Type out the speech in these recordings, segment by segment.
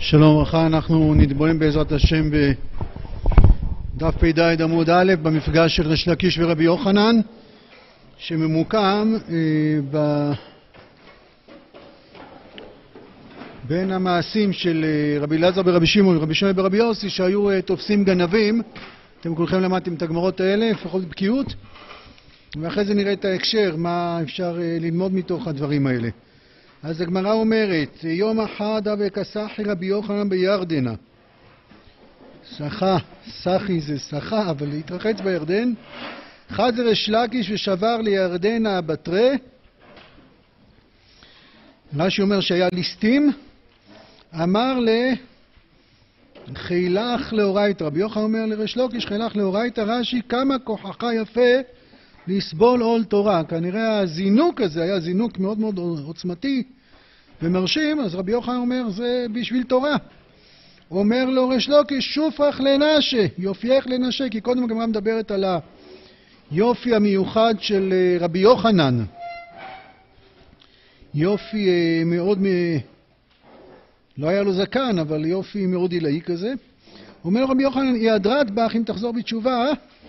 שלום וברכה, אנחנו נתבונן בעזרת השם בדף פ"ד עמוד א' במפגש של ריש לקיש ורבי יוחנן, שממוקם בין המעשים של רבי אלעזר ברבי שמעון ורבי שמעון ברבי יוסי, שהיו תופסים גנבים. אתם כולכם למדתם את הגמרות האלה, לפחות בקיאות, ואחרי זה נראה את ההקשר, מה אפשר ללמוד מתוך הדברים האלה. אז הגמרא אומרת, יום אחד וכסחי רבי יוחנן בירדנה. סחי זה סחה, אבל להתרחץ בירדן. אחד זה ריש לקיש ושבר לירדנה בתרה. רש"י אומר שהיה ליסטים. אמר חילך לאורייתא. רבי יוחנן אומר לריש לקיש, חילך לאורייתא. רש"י, כמה כוחך יפה לסבול עול תורה. כנראה הזינוק הזה היה זינוק מאוד מאוד עוצמתי ומרשים, אז רבי יוחנן אומר, זה בשביל תורה. אומר לו ריש לקיש, שופך לנשה, יופייך לנשה, כי קודם הגמרא מדברת על היופי המיוחד של רבי יוחנן. יופי מאוד, לא היה לו זקן, אבל יופי מאוד עילאי כזה. אומר רבי יוחנן, ידרת בך אם תחזור בתשובה,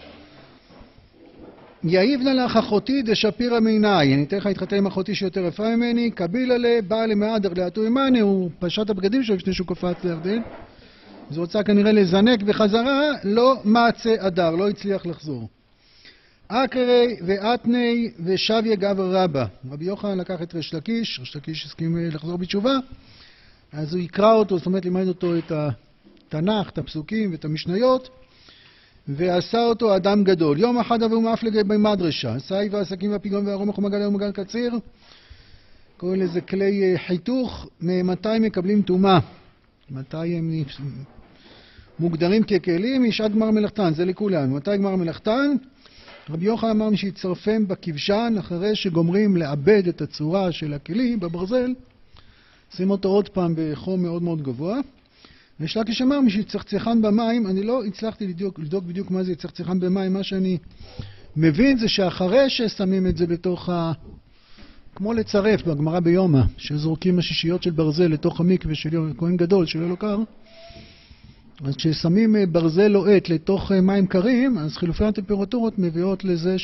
יאיבנה לך אחותי דשפירא מעיניי, אני אתן לך להתחתן עם אחותי שיותר יפה ממני, קבילה לה, באה למעדר לאתו עמני, הוא פשט הבגדים שלו לפני שהוא קפץ לירדן, אז הוא רוצה כנראה לזנק בחזרה, לא מצא אדר, לא הצליח לחזור. אקרי ואתני ושביה גבר רבא. רבי יוחנן לקח את ריש לקיש, ריש לקיש הסכים לחזור בתשובה, אז הוא יקרא אותו, זאת אומרת לימד אותו את התנ"ך, את הפסוקים ואת המשניות, ועשה אותו אדם גדול. יום אחד אבו מאפלגי במדרשה, סאי והסכים והפיגון והרומח ומגל ומגל קציר, קוראים לזה כלי חיתוך. מתי מקבלים טומאה? מתי הם מוגדרים ככלים? משעת גמר מלאכתן, זה לכולנו. מתי גמר מלאכתן? רבי יוחנן אמר שיצרפם בכבשן, אחרי שגומרים לעבד את הצורה של הכלי בברזל, שים אותו עוד פעם בחום מאוד מאוד גבוה. ריש לקיש אמר, משצחצחן במים, אני לא הצלחתי לבדוק בדיוק מה זה צחצחן במים, מה שאני מבין זה שאחרי ששמים את זה בתוך כמו לצרף בגמרא ביומא, שזורקים השישיות של ברזל לתוך המקווה של כהן גדול שלא לו קר, אז כששמים ברזל לוהט לתוך מים קרים, אז חילופי הטמפרטורות מביאות לזה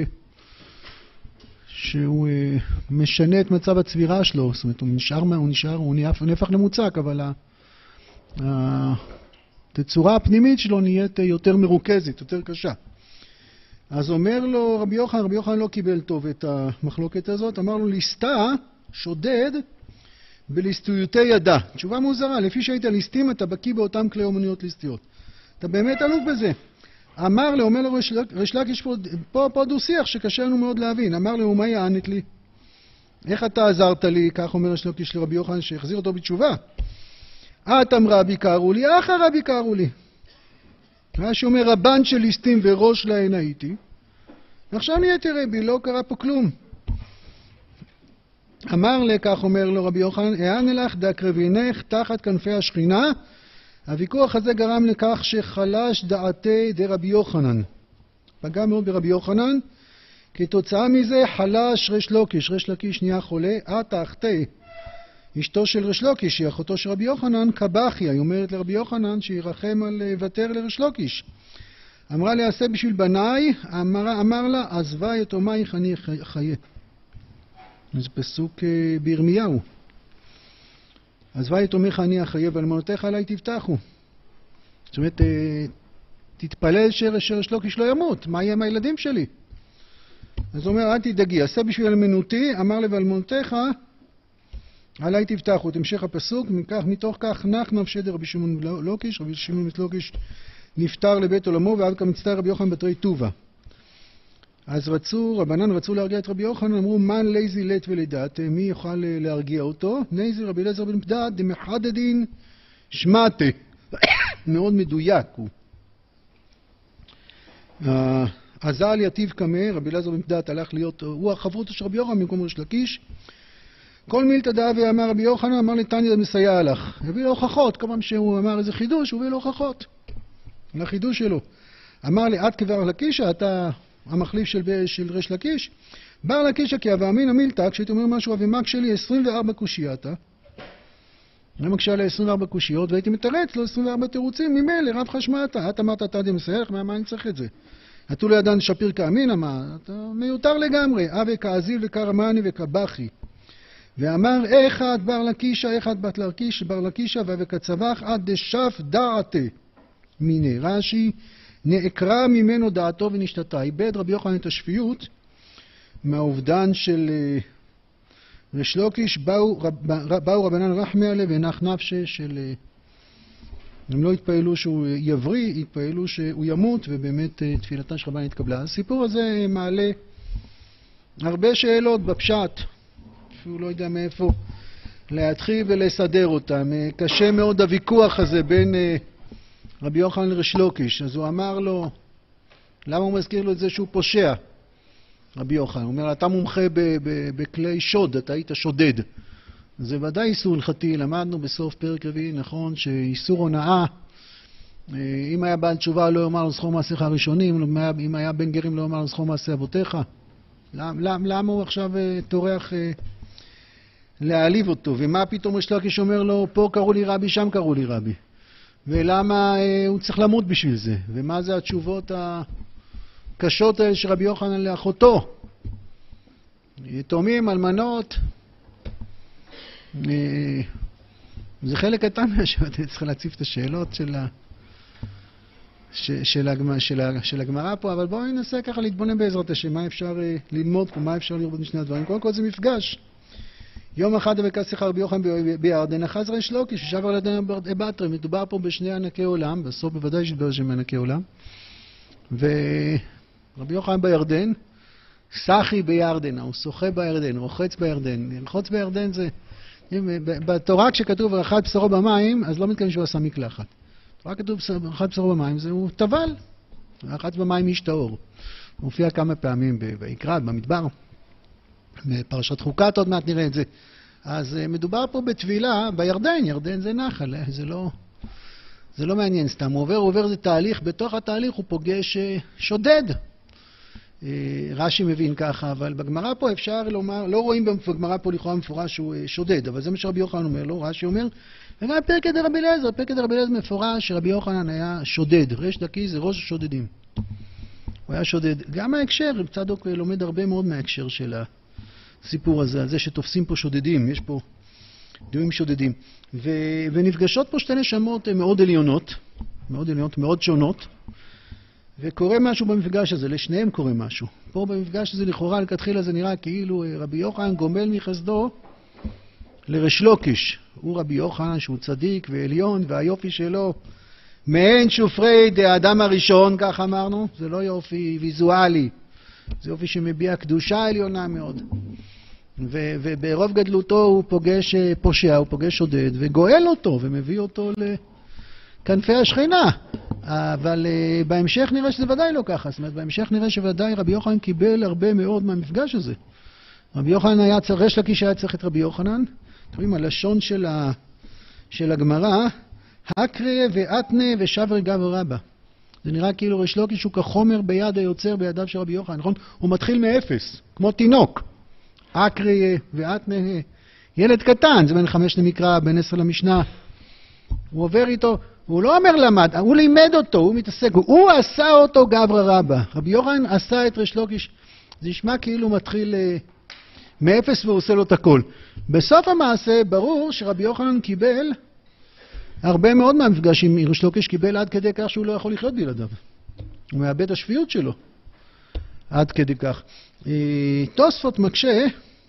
שהוא משנה את מצב הצבירה שלו, זאת אומרת הוא נהפך למוצק, אבל התצורה הפנימית שלו נהיית יותר מרוכזת, יותר קשה. אז אומר לו רבי יוחנן לא קיבל טוב את המחלוקת הזאת, אמר לו, ליסטה, שודד, בליסטויותי ידה. תשובה מוזרה, לפי שהיית ליסטים אתה בקיא באותם כלי אומנויות ליסטיות. אתה באמת אלוף בזה. אמר לו, אומר לו ריש לקיש, פה דו שיח שקשה לנו מאוד להבין. אמר לו, מה יענת לי? איך אתה עזרת לי? כך אומר ריש לקיש לרבי יוחנן שהחזיר אותו בתשובה. אתם רבי קראו לי, אחר רבי קראו לי. רש"י אומר, רבן של ליסטים וראש להן הייתי. עכשיו נהייתי רבי, לא קרה פה כלום. אמר לכך, אומר לו רבי יוחנן, הענה לך דקרבינך תחת כנפי השכינה. הוויכוח הזה גרם לכך שחלש דעתי דרבי יוחנן. פגע מאוד ברבי יוחנן. כתוצאה מזה חלש ריש לקיש. ריש לקיש נהיה חולה. אחתי. אשתו של ריש לקיש, היא אחותו של רבי יוחנן, קבחיה, היא אומרת לרבי יוחנן שירחם על ותר לריש לקיש. אמרה לי, עשה בשביל בניי, אמר לה, עזבה יתומייך אני חיה. זה פסוק בירמיהו. עזבה יתומייך אני חיה, ואלמנותיך עליי תבטחו. זאת אומרת, תתפלל שריש לקיש לא ימות, מה יהיה עם הילדים שלי? אז הוא אומר, אל תדאגי, עשה בשביל אלמנותי, אמר לי, ואלמנותיך עליי תבטחו. את המשך הפסוק, מתוך כך נח נפשי דרבי שמעון לקיש. רבי שמעון לקיש נפטר לבית עולמו, ועד כאן מצטער רבי יוחנן בתרי טובה. אז רבנן רצו להרגיע את רבי יוחנן, אמרו, מן לייזי לית ולדעת, מי יוכל להרגיע אותו? נייזי רבי אלעזר בן פדת דמחדדין שמעתה. מאוד מדויק הוא. עזל יתיב קמה, רבי אלעזר בן פדת הלך להיות, הוא החברותו של רבי יוחנן במקום ריש לקיש. כל מילתא דהווה אמר רבי יוחנן, אמר לתניא מסייע לך. הביא לו הוכחות, כמובן שהוא אמר איזה חידוש, הוא הביא לו הוכחות לחידוש שלו. אמר לי, עד כבר לקישה, אתה המחליף של ריש לקיש. בר לקישה כי אבא אמינא מילתא, כשהייתי אומר משהו אבימק שלי, 24 קושייתא. אני מקשה עליה 24 קושיות, והייתי מתרץ לו 24 תירוצים, ממילא רב חשמתה, את אמרת תדי מסייך, מה אני צריך את זה? עטו לידן שפיר כאמין, אמר, אתה מיותר לגמרי, אבי כאזיל וכרמני וכבחי. ואמר, אחד בר לקישה, אחד בת לרקיש, בר לקישה, וכצבח עד דשף דעתה. מיני רש"י, נעקרה ממנו דעתו ונשתתה. איבד רבי יוחנן את השפיות מהאובדן של ריש לוקיש. באו רבנן רחמי עליה ונח נפשה של... הם לא התפעלו שהוא יבריא, התפעלו שהוא ימות, ובאמת תפילתה של רבנן התקבלה. הסיפור הזה מעלה הרבה שאלות בפשט, שהוא לא יודע מאיפה להתחיל ולסדר אותם. קשה מאוד הוויכוח הזה בין רבי יוחנן לריש לוקיש. אז הוא אמר לו, למה הוא מזכיר לו את זה שהוא פושע? רבי יוחנן, הוא אומר, אתה מומחה בכלי שוד, אתה היית שודד. זה ודאי איסור הלכתי, למדנו בסוף פרק רביעי, נכון, שאיסור הונאה, אם היה בעל תשובה לא יאמר לו זכור מעשיך הראשונים, אם היה בן גרים לא יאמר לו זכור מעשי אבותיך. למה הוא עכשיו טורח להעליב אותו? ומה פתאום ריש לוקיש אומר לו, פה קראו לי רבי, שם קראו לי רבי? ולמה הוא צריך למות בשביל זה? ומה זה התשובות הקשות האלה של רבי יוחנן לאחותו? יתומים, אלמנות, זה חלק קטן מהשאלות, צריך להציף את השאלות של הגמרא פה, אבל בואו ננסה ככה להתבונן בעזרת השם, מה אפשר ללמוד פה, מה אפשר לראות משני הדברים. קודם כל זה מפגש. יום אחד וכסך רבי יוחנן בירדן, אחז ריש לוקיש, ששבר לידן בתרי. מדובר פה בשני ענקי עולם, בסוף בוודאי שדבר שהם ענקי עולם. ורבי יוחנן בירדן, סחי בירדן, הוא שוחה בירדן, רוחץ בירדן. לרחוץ בירדן זה... בתורה כשכתוב רחץ בשרו במים, אז לא מתכוון שהוא עשה מקלחת. בתורה כתוב רחץ בשרו במים, זהו טבל. רחץ במים איש טהור. מופיע כמה פעמים ויקרא, במדבר. בפרשת חוקת עוד מעט נראה את זה. אז מדובר פה בטבילה בירדן, ירדן זה נחל, זה לא מעניין סתם. הוא עובר זה תהליך, בתוך התהליך הוא פוגש שודד. רש"י מבין ככה, אבל בגמרא פה אפשר לומר, לא רואים בגמרא פה לכאורה מפורש שהוא שודד, אבל זה מה שרבי יוחנן אומר לו, רש"י אומר, וגם פרקי דרבי אליעזר, פרקי דרבי אליעזר מפורש שרבי יוחנן היה שודד, ריש לקיש זה ראש השודדים. הוא היה שודד. גם ההקשר, צדוק לומד הרבה מאוד מההקשר של הסיפור הזה, על זה שתופסים פה שודדים, יש פה דברים שודדים. ונפגשות פה שתי נשמות מאוד עליונות, מאוד שונות, וקורה משהו במפגש הזה, לשניהם קורה משהו. פה במפגש הזה לכאורה לכתחילה זה נראה כאילו רבי יוחנן גומל מחסדו לריש לוקיש. הוא רבי יוחנן שהוא צדיק ועליון, והיופי שלו מעין שופרי האדם הראשון, כך אמרנו, זה לא יופי ויזואלי, זה יופי שמביע קדושה עליונה מאוד. וברוב גדלותו הוא פוגש פושע, הוא פוגש שודד, וגואל אותו ומביא אותו לכנפי השכינה. אבל בהמשך נראה שזה ודאי לא ככה. זאת אומרת, בהמשך נראה שוודאי רבי יוחנן קיבל הרבה מאוד מהמפגש הזה. רבי יוחנן היה צריך, ריש לקיש היה צריך את רבי יוחנן. תראים, הלשון של הגמרא, הקרא ואתנה ושבר גבר רבא. זה נראה כאילו ריש לקיש הוא כחומר ביד היוצר בידיו של רבי יוחנן, נכון? הוא מתחיל מאפס, כמו תינוק. הקרא ואתנה, ילד קטן, זה בין 5 למקרא, בין 10 למשנה. הוא עובר איתו, הוא לא אומר למד, הוא לימד אותו, הוא מתעסק, הוא עשה אותו גברא רבא. רבי יוחנן עשה את ריש לוקיש. זה נשמע כאילו מתחיל מאפס והוא עושה לו את הכל. בסוף המעשה ברור שרבי יוחנן קיבל הרבה מאוד מהמפגש עם ריש לוקיש, קיבל עד כדי כך שהוא לא יכול לחיות בלעדיו. הוא מאבד את השפיות שלו. עד כדי כך. תוספות מקשה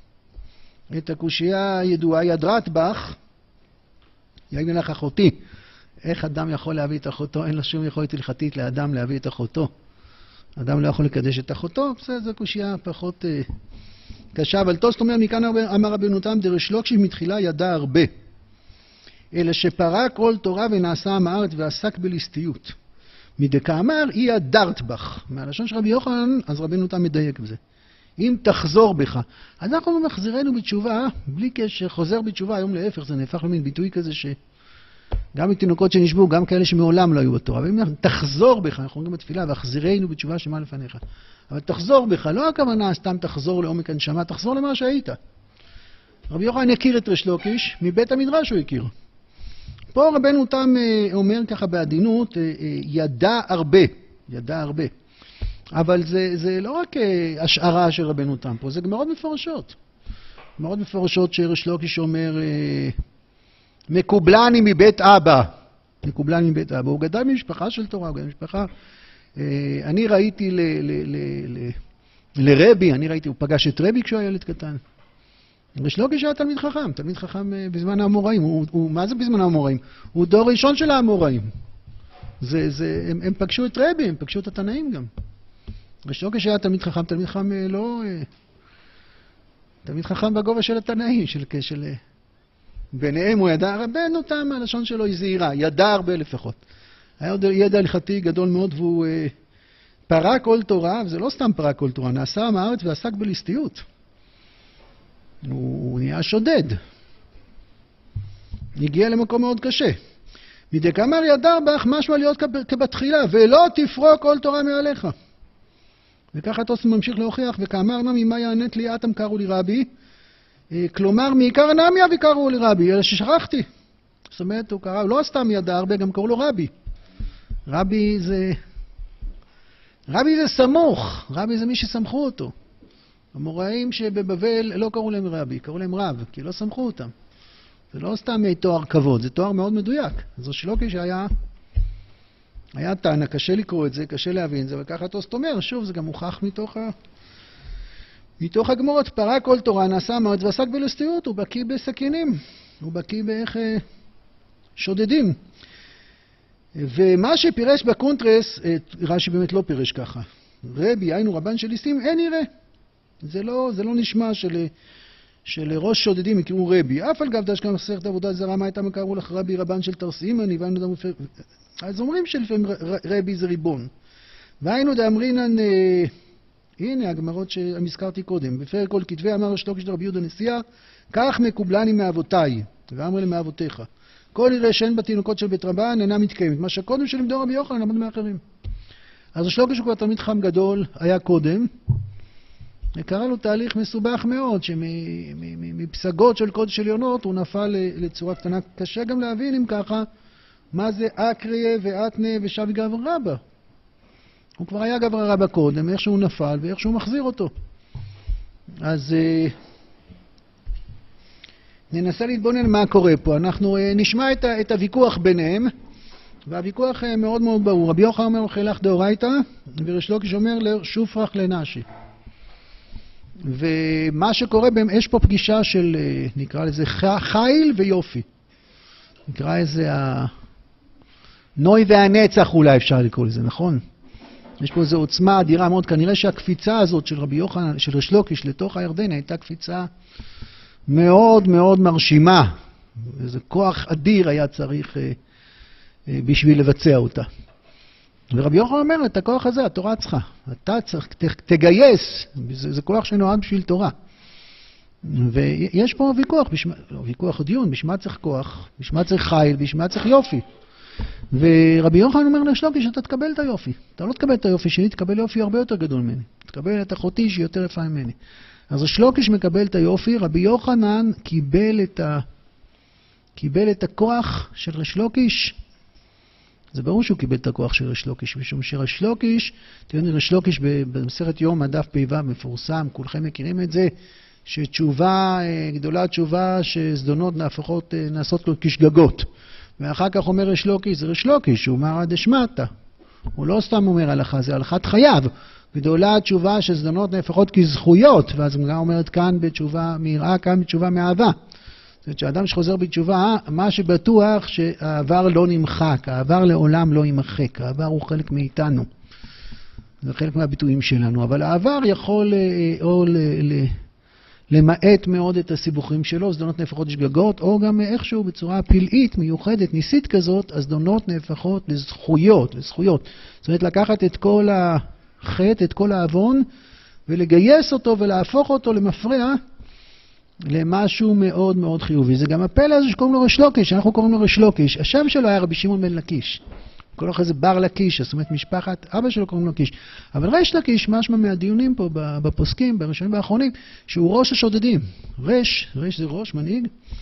את הקושייה הידועה, ידרת בך, יגיד לך אחותי, איך אדם יכול להביא את אחותו? אין לו שום יכולת הלכתית לאדם להביא את אחותו. אדם לא יכול לקדש את אחותו, בסדר, זו קושייה פחות קשה, אבל תוספות אומר, מכאן אמר רבנו תם, דריש לוקיש מתחילה ידע הרבה. אלא שפרק כל תורה ונעשה עם הארץ ועסק בליסטיות. מדכאמר היא ידרת בך. מהלשון של רבי יוחנן, אז רבנו תם מדייק בזה. אם תחזור בך. אז אנחנו מחזירנו בתשובה, בלי קשר, חוזר בתשובה, היום להפך, זה נהפך למין ביטוי כזה גם מתינוקות שנשבו, גם כאלה שמעולם לא היו בתורה. ואם תחזור בך, אנחנו אומרים בתפילה, והחזירנו בתשובה שמה לפניך. אבל תחזור בך, לא הכוונה סתם תחזור לעומק הנשמה, תחזור למה שהיית. רבי יוחנן הכיר את ריש לוקיש, מבית המדרש הוא הכיר. פה רבנו תם אומר ככה בעדינות, ידע הרבה, ידע הרבה. אבל זה לא רק השערה של רבנו תם פה, זה מאוד מפורשות. מאוד מפורשות שריש לוקיש אומר, מקובלני מבית אבא. מקובלני מבית אבא. הוא גדל ממשפחה של תורה, הוא גדל ממשפחה. אני ראיתי לרבי, הוא פגש את רבי כשהוא היה ילד קטן. ריש לוקיש היה תלמיד חכם בזמן האמוראים. מה זה בזמן האמוראים? הוא דור ראשון של האמוראים. הם פגשו את רבי, הם פגשו את התנאים גם. ריש לוקיש היה תלמיד חכם לא... תלמיד חכם בגובה של התנאים, של... ביניהם הוא ידע, רבנו תם, הלשון שלו היא זהירה, ידע הרבה לפחות. היה עוד ידע הלכתי גדול מאוד, והוא פרק כל תורה, וזה לא סתם פרק כל תורה, נעשה מהארץ ועסק בליסטיות. הוא נהיה שודד. הגיע למקום מאוד קשה. מדקאמר ידע בך משמע להיות כבתחילה, ולא תפרוק כל תורה מעליך. וככה תוספות ממשיך להוכיח, וכאמר נמי מה יענית לי אתם קראו לי רבי, כלומר מעיקר נמי אבי קראו לי רבי, אלא ששכחתי. זאת אומרת, הוא לא סתם ידע הרבה, גם קראו לו רבי. רבי זה סמוך, רבי זה מי שסמכו אותו. המוראים שבבבל לא קראו להם רבי, קראו להם רב, כי לא סמכו אותם. זה לא סתם תואר כבוד, זה תואר מאוד מדויק. אז ריש לוקיש היה טענה, קשה לקרוא את זה, קשה להבין זה, וככה תוספות אומר, שוב, זה גם מוכח מתוך הגמרות, פרק כל תורה, נעשה מהארץ ועסק בליסטיות, הוא בקיא בסכינים, הוא בקיא באיך שודדים. ומה שפירש בקונטרס, רש"י באמת לא פירש ככה. רבי, היינו רבן של ליסטים, אין יראה. זה לא נשמע של ראש שודדים יקראו רבי. אף על גב דשכם מסכת עבודה זרה, מה הייתה קראו לך רבי רבן של תרסימני, והיינו דם ופר... אז אומרים שלפעמים רבי זה ריבון. והיינו דאמרינן, הנה הגמרות שהזכרתי קודם, בפרק כל כתבי אמר ריש לוקיש דרבי יהודה נשיאה, כך מקובלני מאבותיי, ואמר להם מאבותיך. כל יראה שאין בתינוקות של בית רבן אינה מתקיימת. מה שקודם שלימדו רבי יוחנן למד מאחרים. אז ריש לוקיש הוא כבר תלמיד חכם גדול, היה קודם, וקרה לו תהליך מסובך מאוד, שמפסגות של קודש עליונות הוא נפל לצורה קטנה. קשה גם להבין אם ככה, מה זה אקריה ואתנה ושבי גבר רבא. הוא כבר היה גבר רבא קודם, איך שהוא נפל ואיך שהוא מחזיר אותו. אז ננסה להתבונן מה קורה פה. אנחנו נשמע את הוויכוח ביניהם, והוויכוח מאוד מאוד ברור. רבי יוחנן אומר חילך דאורייתא, וריש לוקיש אומר שופרך לנשי. ומה שקורה בהם, יש פה פגישה של, נקרא לזה חיל ויופי. נקרא לזה הנוי והנצח אולי אפשר לקרוא לזה, נכון? יש פה איזו עוצמה אדירה מאוד. כנראה שהקפיצה הזאת של רבי יוחנן, של ריש לוקיש לתוך הירדן, הייתה קפיצה מאוד מאוד מרשימה. איזה כוח אדיר היה צריך בשביל לבצע אותה. ורבי יוחנן אומר, את הכוח הזה, התורה צריכה. אתה צריך, תגייס. זה כוח שנועד בשביל תורה. ויש פה ויכוח או דיון, בשביל מה צריך כוח, בשביל מה צריך חיל, בשביל מה צריך יופי. ורבי יוחנן אומר לריש לוקיש, אתה תקבל את היופי. אתה לא תקבל את היופי שלי, תקבל יופי הרבה יותר גדול ממני. תקבל את אחותי שהיא יותר יפה ממני. אז ריש לוקיש מקבל את היופי, רבי יוחנן קיבל את הכוח של ריש לוקיש. זה ברור שהוא קיבל את הכוח של ריש לוקיש, משום שריש לוקיש, ריש לוקיש במסכת יום הדף פ"ו מפורסם, כולכם מכירים את זה, שתשובה גדולה, תשובה שזדונות נעשות לו כשגגות. ואחר כך אומר ריש לוקיש, זה ריש לוקיש, הוא אומר דשמטה. הוא לא סתם אומר הלכה, זה הלכת חייו. גדולה תשובה שזדונות נהפכות כזכויות, ואז הגמרא אומרת כאן בתשובה מיראה, כאן בתשובה מאהבה. זאת אומרת שאדם שחוזר בתשובה, מה שבטוח שהעבר לא נמחק, העבר לעולם לא יימחק, העבר הוא חלק מאיתנו. זה חלק מהביטויים שלנו, אבל העבר יכול או למעט מאוד את הסיבוכים שלו, זדונות נהפכות לשגגות, או גם איכשהו בצורה פלאית, מיוחדת, ניסית כזאת, הזדונות נהפכות לזכויות. זאת אומרת, לקחת את כל החטא, את כל העוון, ולגייס אותו ולהפוך אותו למפרע, למשהו מאוד מאוד חיובי. זה גם הפלא הזה שקוראים לו ריש לוקיש, אנחנו קוראים לו ריש לוקיש. השם שלו היה רבי שמעון בן לקיש. כל אחרי זה בר לקיש, זאת אומרת משפחת, אבא שלו קוראים לו לקיש. אבל ריש לקיש, משמע מהדיונים פה בפוסקים, בראשונים והאחרונים, שהוא ראש השודדים. ריש זה ראש, מנהיג.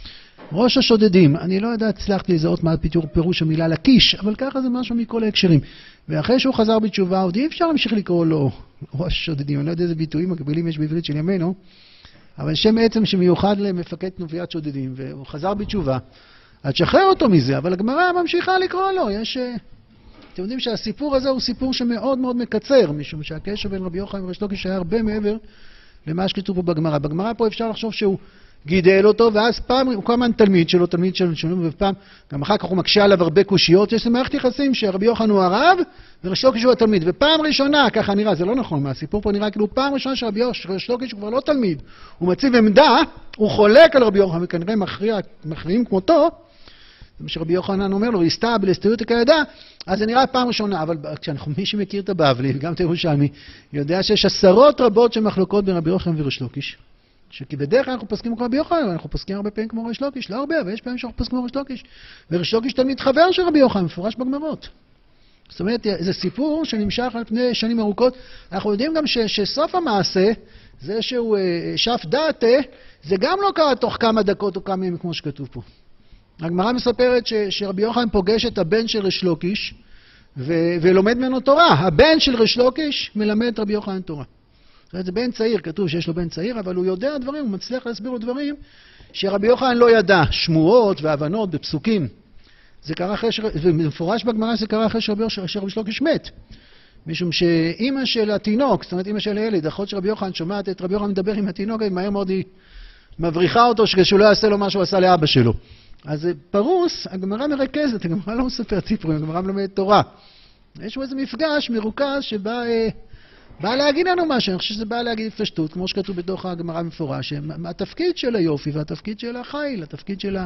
ראש השודדים, אני לא יודע, הצלחתי לזהות מה פירוש המילה לקיש, אבל ככה זה משהו מכל ההקשרים. ואחרי שהוא חזר בתשובה, עוד אי אפשר להמשיך לקרוא לו ראש השודדים, אני לא יודע איזה ביטויים מקבילים יש בעברית של ימינו, אבל שם עצם שמיוחד למפקד כנופיית שודדים, והוא חזר בתשובה, אז תשחרר אותו מזה, אבל הגמרא ממשיכה לקרוא לו. אתם יודעים שהסיפור הזה הוא סיפור שמאוד מאוד מקצר, משום שהקשר בין רבי יוחנן וריש לקיש היה הרבה מעבר למה שכתוב פה בגמרא. בגמרא פה אפשר לחשוב שהוא גידל אותו, ואז פעם הוא כמובן תלמיד שלו, ופעם, גם אחר כך הוא מקשה עליו הרבה קושיות. יש מערכת יחסים שרבי יוחנן הוא הרב, וריש לקיש הוא התלמיד. ופעם ראשונה, ככה נראה, זה לא נכון, מהסיפור פה נראה כאילו פעם ראשונה שריש לקיש הוא כבר לא תלמיד. הוא מציב עמדה, הוא חולק על רבי יוחנן, וכנראה מכריעים כמותו, זה שרבי יוחנן אומר לו, הסתא בלסתיותא כידע, אז זה נראה פעם ראשונה, אבל מי שמכיר את הבבלי, וגם את הירושלמי, יודע שיש עשרות רבות של מחלוקות בין רבי יוחנן וריש לקיש. כי בדרך כלל אנחנו פוסקים כמו רבי יוחנן, אבל אנחנו פוסקים הרבה פעמים כמו ריש לקיש, לא הרבה, אבל יש פעמים שאנחנו פוסקים כמו ריש לקיש. וריש לקיש תלמיד חבר של רבי יוחנן, מפורש בגמרות. זאת אומרת, זה סיפור שנמשך על פני שנים ארוכות. אנחנו יודעים גם שסוף המעשה, זה שהוא שף דעתה, זה גם לא קרה תוך כמה דקות או כמה ימים כמו שכתוב פה. הגמרא מספרת שרבי יוחנן פוגש את הבן של ריש לקיש ולומד ממנו תורה. הבן של ריש לקיש מלמד את רבי יוחנן תורה. זה בן צעיר, כתוב שיש לו בן צעיר, אבל הוא יודע דברים, הוא מצליח להסביר לו דברים שרבי יוחנן לא ידע, שמועות והבנות בפסוקים. זה קרה אחרי, ומפורש בגמרא זה קרה אחרי שריש לקיש מת. משום שאמא של התינוק, זאת אומרת אמא של הילד, אחות של רבי יוחנן שומעת את רבי יוחנן מדבר עם התינוק, מהר מאוד היא מבריחה אותו שהוא לא יעשה לו מה שהוא עשה לאבא שלו. אז פרוס, הגמרא מרכזת, הגמרא לא מספר סיפורים, הגמרא מלמד תורה. יש פה איזה מפגש מרוכז שבא להגיד לנו משהו, אני חושב שזה בא להגיד פשטות, כמו שכתוב בתוך הגמרא מפורש, התפקיד של היופי והתפקיד של החיל, התפקיד של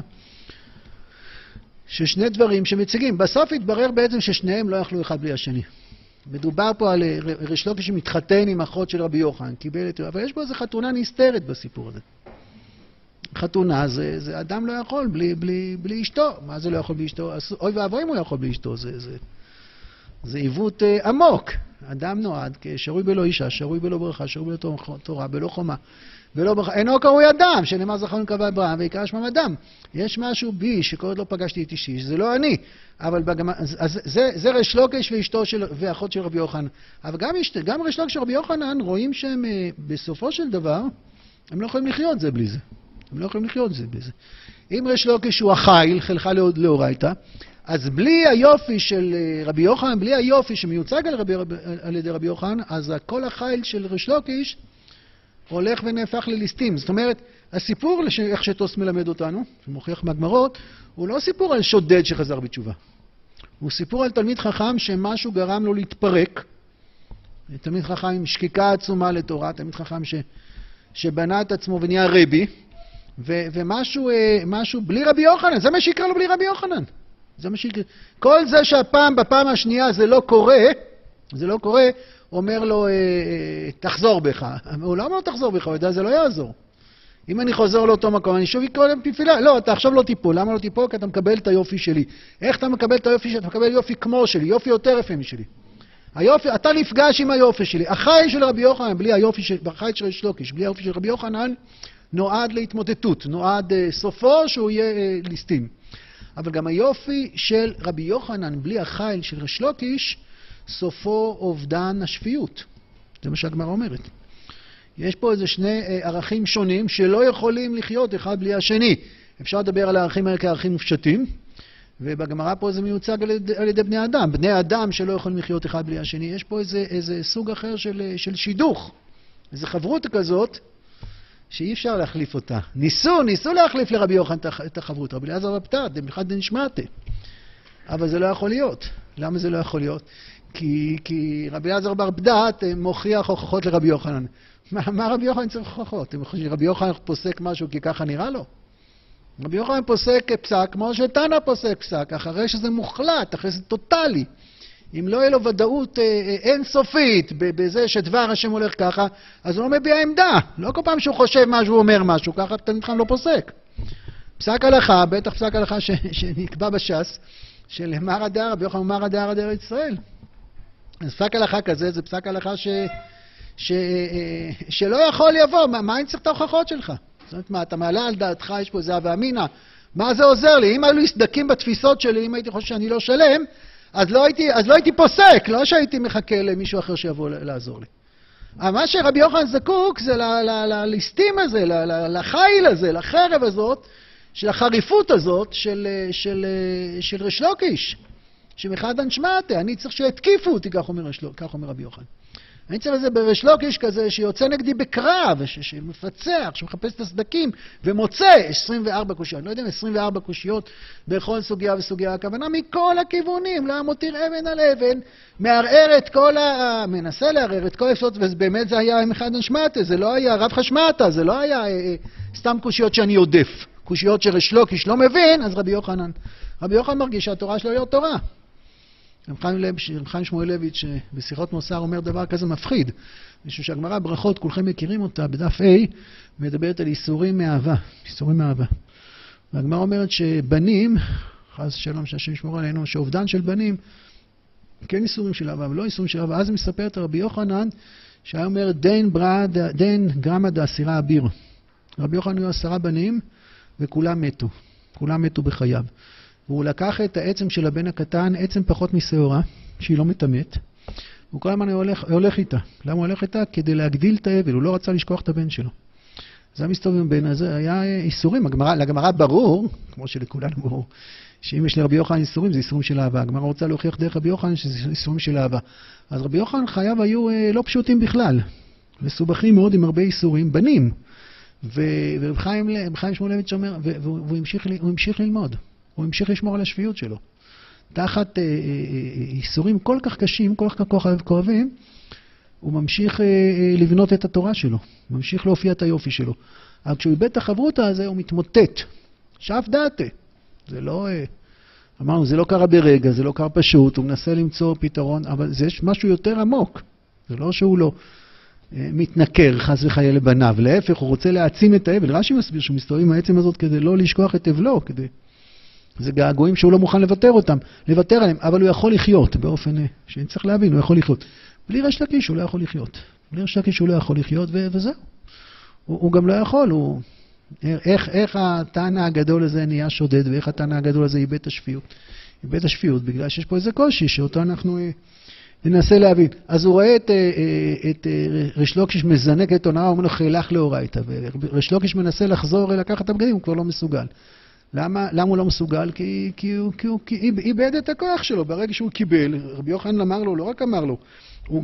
ששני דברים שמציגים. בסוף התברר בעצם ששניהם לא יכלו אחד בלי השני. מדובר פה על ריש לקיש שמתחתן עם אחות של רבי יוחנן, קיבל את... אבל יש פה איזו חתונה נסתרת בסיפור הזה. חתונה זה אדם לא יכול בלי אשתו. מה זה לא יכול בלי אשתו? אוי ואבוי אם הוא יכול בלי אשתו. זה עיוות עמוק. אדם נועד כשרוי בלא אישה, שרוי בלא ברכה, שרוי בלא תורה, בלא חומה, בלא ברכה. אינו קרוי אדם, שנאמר זכרנו קבע אברהם ויקרא שמם אדם. יש משהו בי שכל עוד לא פגשתי את אישי, זה לא אני. אבל זה ריש לקיש ואשתו ואחות של רבי יוחנן. אבל גם ריש לקיש ורבי יוחנן רואים שהם בסופו של דבר, הם לא יכולים לחיות זה בלי זה. הם לא יכולים לחיות זה בלי זה. אם ריש לקיש הוא החיל, חלחה לאורייתא, אז בלי היופי של רבי יוחנן, בלי היופי שמיוצג על ידי רבי יוחנן, אז כל החיל של ריש לקיש הולך ונהפך לליסטים. זאת אומרת, הסיפור, איך שטוס מלמד אותנו, שמוכיח מהגמרות, הוא לא סיפור על שודד שחזר בתשובה. הוא סיפור על תלמיד חכם שמשהו גרם לו להתפרק. תלמיד חכם עם שקיקה עצומה לתורה, תלמיד חכם שבנה את עצמו ונהיה רבי, ומשהו בלי רבי יוחנן, זה מה שיקרה לו בלי רבי יוחנן. זה מה שיקרה. כל זה בפעם השנייה זה לא קורה, אומר לו, תחזור בך. הוא לא אומר תחזור בך, הוא יודע, זה לא יעזור. אם אני חוזר לאותו מקום, אני שוב יקרא להם תפילה. לא, אתה עכשיו לא תיפול. למה לא תיפול? כי אתה מקבל את היופי שלי. איך אתה מקבל את היופי שלי? אתה מקבל יופי כמו שלי, יופי יותר יפה משלי. היופי, אתה נפגש עם היופי שלי. החיל של רבי יוחנן, בלי היופי החיל של ריש לקיש, בלי היופי של רבי יוחנן, נועד להתמוטטות, נועד סופו שהוא יהיה ליסטים. אבל גם היופי של רבי יוחנן, בלי החיל של ריש לקיש, סופו אובדן השפיות. זה מה שהגמרא אומרת. יש פה איזה שני ערכים שונים שלא יכולים לחיות אחד בלי השני. אפשר לדבר על הערכים האלה כערכים מופשטים, ובגמרא פה זה מיוצג על ידי בני אדם. בני אדם שלא יכולים לחיות אחד בלי השני. יש פה איזה סוג אחר של שידוך. איזו חברות כזאת שאי אפשר להחליף אותה. ניסו להחליף לרבי יוחנן את החברות. רבי אליעזר בר פתרא, דמחד דנשמעתי. אבל זה לא יכול להיות. למה זה לא יכול להיות? כי רבי אליעזר בר פתרא מוכיח הוכחות לרבי יוחנן. מה רבי יוחנן צריך הוכחות? רבי יוחנן פוסק משהו כי ככה נראה לו? רבי יוחנן פוסק פסק כמו שתנא פוסק פסק, אחרי שזה מוחלט, אחרי שזה טוטלי. אם לא יהיה לו ודאות אינסופית בזה שדבר השם הולך ככה, אז הוא לא מביע עמדה. לא כל פעם שהוא חושב משהו, הוא אומר משהו, ככה תלמיד חכם לא פוסק. פסק הלכה, בטח פסק הלכה שנקבע בש"ס, של מרא דארעא, רבי יוחנן מרא דארעא דארץ ישראל. אז פסק הלכה כזה, זה פסק הלכה שלא יכול לבוא. מה אני צריך את ההוכחות שלך? זאת אומרת, מה, אתה מעלה על דעתך, יש פה איזה הווה אמינא, מה זה עוזר לי? אם היו לי סדקים בתפיסות שלי, אם הייתי חושב שאני לא שלם, אז לא הייתי פוסק, לא שהייתי מחכה למישהו אחר שיבוא לעזור לי. אבל מה שרבי יוחנן זקוק זה לליסטים הזה, לחיל הזה, לחרב הזאת, של החריפות הזאת של ריש לוקיש, שמחדן שמעתה, אני צריך שיתקיפו אותי, כך אומר רבי יוחנן. אני צריך לזה בריש לוקיש כזה שיוצא נגדי בקרב, שמפצח, שמחפש את הסדקים ומוצא 24 קושיות. אני לא יודע אם 24 קושיות בכל סוגיה וסוגיה. הכוונה מכל הכיוונים, לא מותיר אבן על אבן, מערער את כל מנסה לערער את כל האפשרות, ובאמת זה היה מחדן שמעתה, זה לא היה רב חשמעתה, זה לא היה סתם קושיות שאני עודף. קושיות שריש לוקיש לא מבין, אז רבי יוחנן מרגיש שהתורה שלו היא תורה. רב חיים שמואלביץ' בשיחות מוסר אומר דבר כזה מפחיד, משום שהגמרא ברכות, כולכם מכירים אותה, בדף A, מדברת על איסורים מאהבה, איסורים מאהבה. והגמרא אומרת שבנים, חס שלום שהשם ישמור עלינו, שאובדן של בנים, כן איסורים של אהבה, אבל לא איסורים של אהבה. אז מספרת רבי יוחנן, שהיה אומר, דין גרמא דאסירה אביר. רבי יוחנן היו 10 בנים, וכולם מתו. כולם מתו בחייו. והוא לקח את העצם של הבן הקטן, עצם פחות משעורה, שהיא לא מתמת, והוא כל הזמן הולך איתה. למה הוא הולך איתה? כדי להגדיל את האבל, הוא לא רצה לשכוח את הבן שלו. זה המסתובב עם בן הזה, היה איסורים. לגמרא ברור, כמו שלכולנו ברור, שאם יש לרבי יוחנן איסורים, זה איסורים של אהבה. הגמרא רוצה להוכיח דרך רבי יוחנן שזה איסורים של אהבה. אז רבי יוחנן חייו היו לא פשוטים בכלל, מסובכים מאוד עם הרבה איסורים, בנים. ורב חיים שמואלביץ' אומר, והוא המשיך ללמוד. הוא המשיך לשמור על השפיות שלו. תחת איסורים כל כך קשים, כל כך כואבים, הוא ממשיך לבנות את התורה שלו. הוא ממשיך להופיע את היופי שלו. אבל כשהוא איבד את החברותא הזה, הוא מתמוטט. שאף דעתה. זה לא, אמרנו, זה לא קרה ברגע, זה לא קרה פשוט, הוא מנסה למצוא פתרון, אבל זה יש משהו יותר עמוק. זה לא שהוא לא מתנכר חס וחלילה לבניו. להפך, הוא רוצה להעצים את האבל. רש"י מסביר שהוא מסתובב עם העצם הזאת כדי לא לשכוח את אבלו, כדי... זה געגועים שהוא לא מוכן לוותר עליהם, אבל הוא יכול לחיות באופן שאני צריך להבין, הוא יכול לחיות. בלי ריש לקיש הוא לא יכול לחיות. בלי ריש לקיש הוא לא יכול לחיות, וזהו. הוא גם לא יכול, איך הטענה הגדול הזה נהיה שודד, ואיך הטענה הגדול הזה איבד את השפיות. איבד את השפיות, בגלל שיש פה איזה קושי, שאותו אנחנו ננסה להבין. אז הוא רואה את ריש לוקיש מזנק את הונאה, הוא אומר לו חילך לאורייתא, וריש לוקיש מנסה לחזור לקחת את הבגדים, הוא כבר לא מסוגל. למה הוא לא מסוגל? כי הוא איבד את הכוח שלו ברגע שהוא קיבל. רבי יוחנן אמר לו, לא רק אמר לו, הוא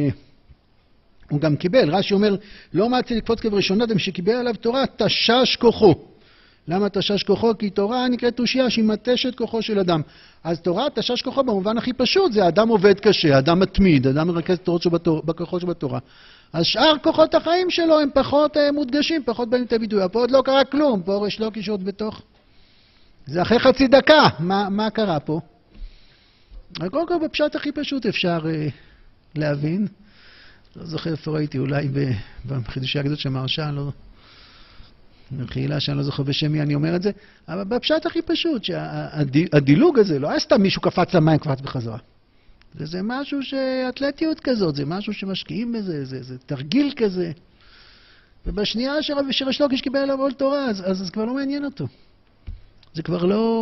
גם קיבל. רש"י אומר, לא מעצי לקפוץ כבראשונה, דם שקיבל עליו תורה, תשש כוחו. למה תשש כוחו? כי תורה נקראת תושייה, שהיא מתשת כוחו של אדם. אז תורה, תשש כוחו במובן הכי פשוט, זה אדם עובד קשה, אדם מתמיד, אדם מרכז בכוחות שבתורה. אז שאר כוחות החיים שלו הם פחות מודגשים, פחות באים את הביטוי. פה עוד לא קרה כלום, פה ריש לוקיש עוד בתוך. זה אחרי חצי דקה. מה קרה פה? קודם כל בפשט הכי פשוט אפשר להבין. לא זוכר איפה ראיתי, אולי בחידושי הקדוש של מהרש"ל, לא... מחילה שאני לא זוכר בשם מי אני אומר את זה, אבל בפשט הכי פשוט, שהדילוג הזה לא היה סתם מישהו קפץ למים, קפץ בחזרה. זה משהו שאתלטיות כזאת, זה משהו שמשקיעים בזה, זה תרגיל כזה. ובשנייה שריש לוקיש קיבל עליו עול תורה, אז זה כבר לא מעניין אותו. זה כבר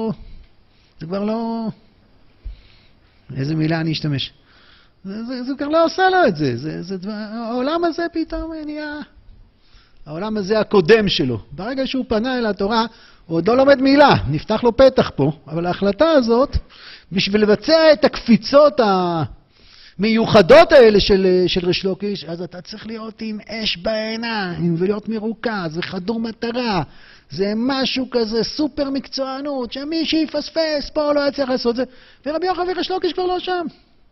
לא... איזה מילה אני אשתמש? זה כבר לא עושה לו את זה. העולם הזה פתאום נהיה... העולם הזה הקודם שלו. ברגע שהוא פנה אל התורה, הוא עוד לא לומד מילה. נפתח לו פתח פה. אבל ההחלטה הזאת, בשביל לבצע את הקפיצות המיוחדות האלה של ריש לוקיש, אז אתה צריך להיות עם אש בעיניים, ולהיות מרוכז, וחדור מטרה. זה משהו כזה סופר מקצוענות, שמי שיפספס פה לא יצליח לעשות זה. ורבי יוחנן וריש לוקיש כבר לא שם.